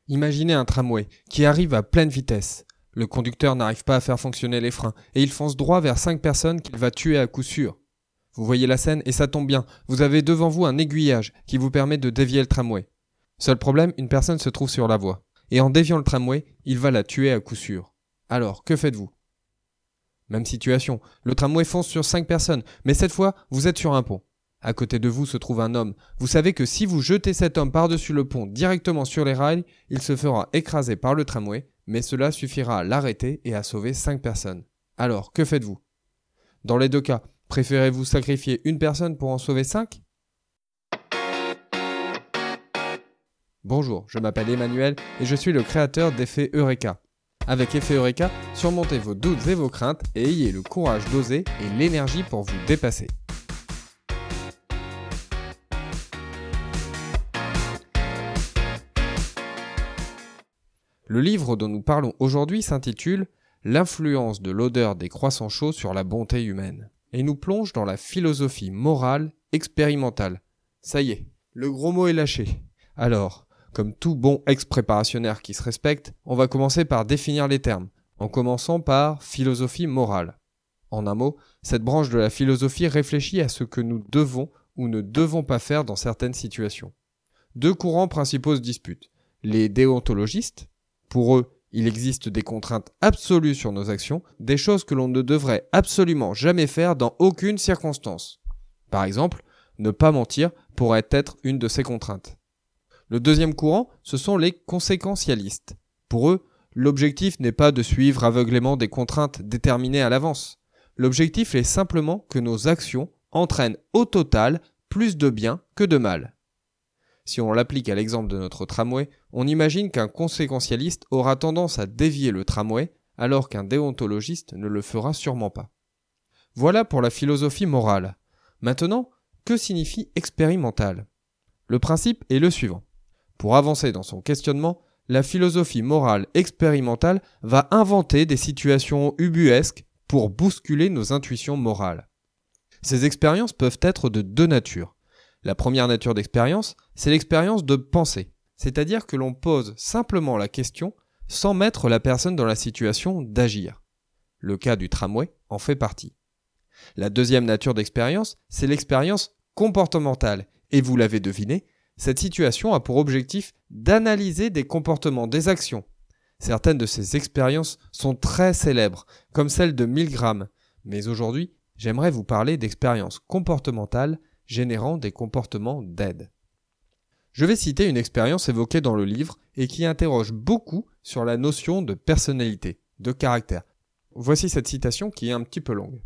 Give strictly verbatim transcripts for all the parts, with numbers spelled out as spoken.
Imaginez un tramway qui arrive à pleine vitesse. Le conducteur n'arrive pas à faire fonctionner les freins et il fonce droit vers cinq personnes qu'il va tuer à coup sûr. Vous voyez la scène et ça tombe bien, vous avez devant vous un aiguillage qui vous permet de dévier le tramway. Seul problème, une personne se trouve sur la voie. Et en déviant le tramway, il va la tuer à coup sûr. Alors, que faites-vous ? Même situation, le tramway fonce sur cinq personnes, mais cette fois, vous êtes sur un pont. À côté de vous se trouve un homme. Vous savez que si vous jetez cet homme par-dessus le pont directement sur les rails, il se fera écraser par le tramway, mais cela suffira à l'arrêter et à sauver cinq personnes. Alors, que faites-vous ? Dans les deux cas, préférez-vous sacrifier une personne pour en sauver cinq ? Bonjour, je m'appelle Emmanuel et je suis le créateur d'Effet Eureka. Avec Effet Eureka, surmontez vos doutes et vos craintes et ayez le courage d'oser et l'énergie pour vous dépasser. Le livre dont nous parlons aujourd'hui s'intitule « L'influence de l'odeur des croissants chauds sur la bonté humaine » et nous plonge dans la philosophie morale expérimentale. Ça y est, le gros mot est lâché. Alors, comme tout bon ex-préparationnaire qui se respecte, on va commencer par définir les termes, en commençant par philosophie morale. En un mot, cette branche de la philosophie réfléchit à ce que nous devons ou ne devons pas faire dans certaines situations. Deux courants principaux se disputent. Les déontologistes, pour eux, il existe des contraintes absolues sur nos actions, des choses que l'on ne devrait absolument jamais faire dans aucune circonstance. Par exemple, ne pas mentir pourrait être une de ces contraintes. Le deuxième courant, ce sont les conséquentialistes. Pour eux, l'objectif n'est pas de suivre aveuglément des contraintes déterminées à l'avance. L'objectif est simplement que nos actions entraînent au total plus de bien que de mal. Si on l'applique à l'exemple de notre tramway, on imagine qu'un conséquentialiste aura tendance à dévier le tramway, alors qu'un déontologiste ne le fera sûrement pas. Voilà pour la philosophie morale. Maintenant, que signifie expérimental ? Le principe est le suivant. Pour avancer dans son questionnement, la philosophie morale expérimentale va inventer des situations ubuesques pour bousculer nos intuitions morales. Ces expériences peuvent être de deux natures. La première nature d'expérience, c'est l'expérience de pensée, c'est-à-dire que l'on pose simplement la question sans mettre la personne dans la situation d'agir. Le cas du tramway en fait partie. La deuxième nature d'expérience, c'est l'expérience comportementale, et vous l'avez deviné, cette situation a pour objectif d'analyser des comportements, des actions. Certaines de ces expériences sont très célèbres, comme celle de Milgram, mais aujourd'hui, j'aimerais vous parler d'expériences comportementales générant des comportements d'aide. Je vais citer une expérience évoquée dans le livre et qui interroge beaucoup sur la notion de personnalité, de caractère. Voici cette citation qui est un petit peu longue.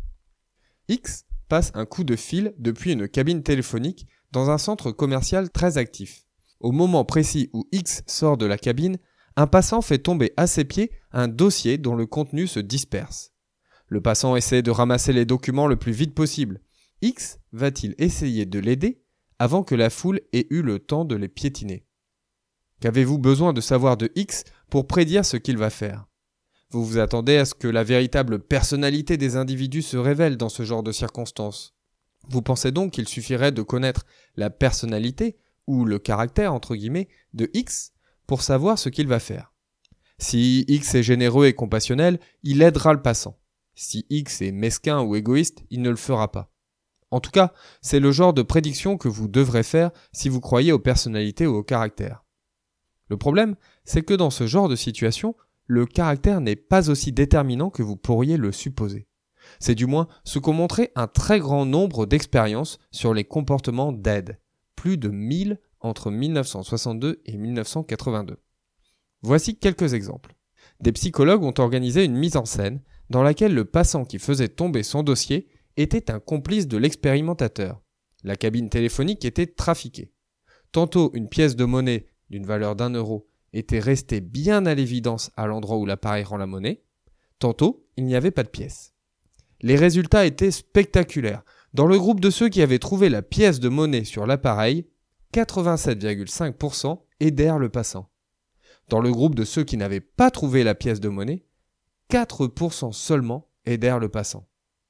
X passe un coup de fil depuis une cabine téléphonique dans un centre commercial très actif. Au moment précis où X sort de la cabine, un passant fait tomber à ses pieds un dossier dont le contenu se disperse. Le passant essaie de ramasser les documents le plus vite possible. X va-t-il essayer de l'aider avant que la foule ait eu le temps de les piétiner ? Qu'avez-vous besoin de savoir de X pour prédire ce qu'il va faire ? Vous vous attendez à ce que la véritable personnalité des individus se révèle dans ce genre de circonstances. Vous pensez donc qu'il suffirait de connaître la personnalité, ou le caractère entre guillemets, de X pour savoir ce qu'il va faire. Si X est généreux et compassionnel, il aidera le passant. Si X est mesquin ou égoïste, il ne le fera pas. En tout cas, c'est le genre de prédiction que vous devrez faire si vous croyez aux personnalités ou au caractère. Le problème, c'est que dans ce genre de situation, le caractère n'est pas aussi déterminant que vous pourriez le supposer. C'est du moins ce qu'ont montré un très grand nombre d'expériences sur les comportements d'aide, plus de mille entre mille neuf cent soixante-deux et mille neuf cent quatre-vingt-deux. Voici quelques exemples. Des psychologues ont organisé une mise en scène dans laquelle le passant qui faisait tomber son dossier était un complice de l'expérimentateur. La cabine téléphonique était trafiquée. Tantôt une pièce de monnaie d'une valeur d'un euro était restée bien à l'évidence à l'endroit où l'appareil rend la monnaie, tantôt il n'y avait pas de pièce. Les résultats étaient spectaculaires. Dans le groupe de ceux qui avaient trouvé la pièce de monnaie sur l'appareil, quatre-vingt-sept virgule cinq pour cent aidèrent le passant. Dans le groupe de ceux qui n'avaient pas trouvé la pièce de monnaie, quatre pour cent seulement aidèrent le passant.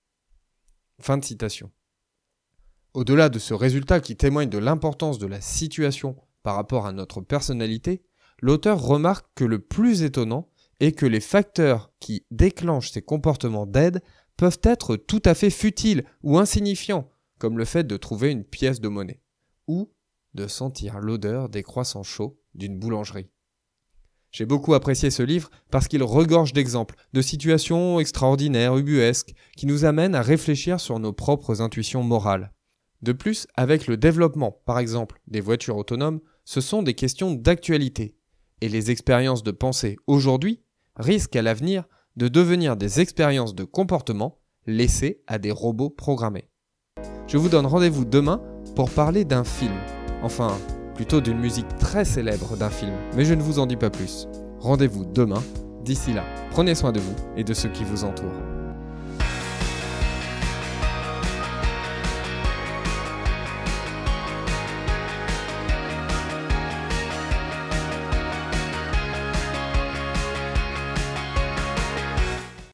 Fin de citation. Au-delà de ce résultat qui témoigne de l'importance de la situation par rapport à notre personnalité, l'auteur remarque que le plus étonnant est que les facteurs qui déclenchent ces comportements d'aide peuvent être tout à fait futiles ou insignifiants, comme le fait de trouver une pièce de monnaie, ou de sentir l'odeur des croissants chauds d'une boulangerie. J'ai beaucoup apprécié ce livre parce qu'il regorge d'exemples, de situations extraordinaires, ubuesques, qui nous amènent à réfléchir sur nos propres intuitions morales. De plus, avec le développement, par exemple, des voitures autonomes, ce sont des questions d'actualité. Et les expériences de pensée aujourd'hui risquent à l'avenir de devenir des expériences de comportement laissées à des robots programmés. Je vous donne rendez-vous demain pour parler d'un film. Enfin, plutôt d'une musique très célèbre d'un film, mais je ne vous en dis pas plus. Rendez-vous demain. D'ici là, prenez soin de vous et de ceux qui vous entourent.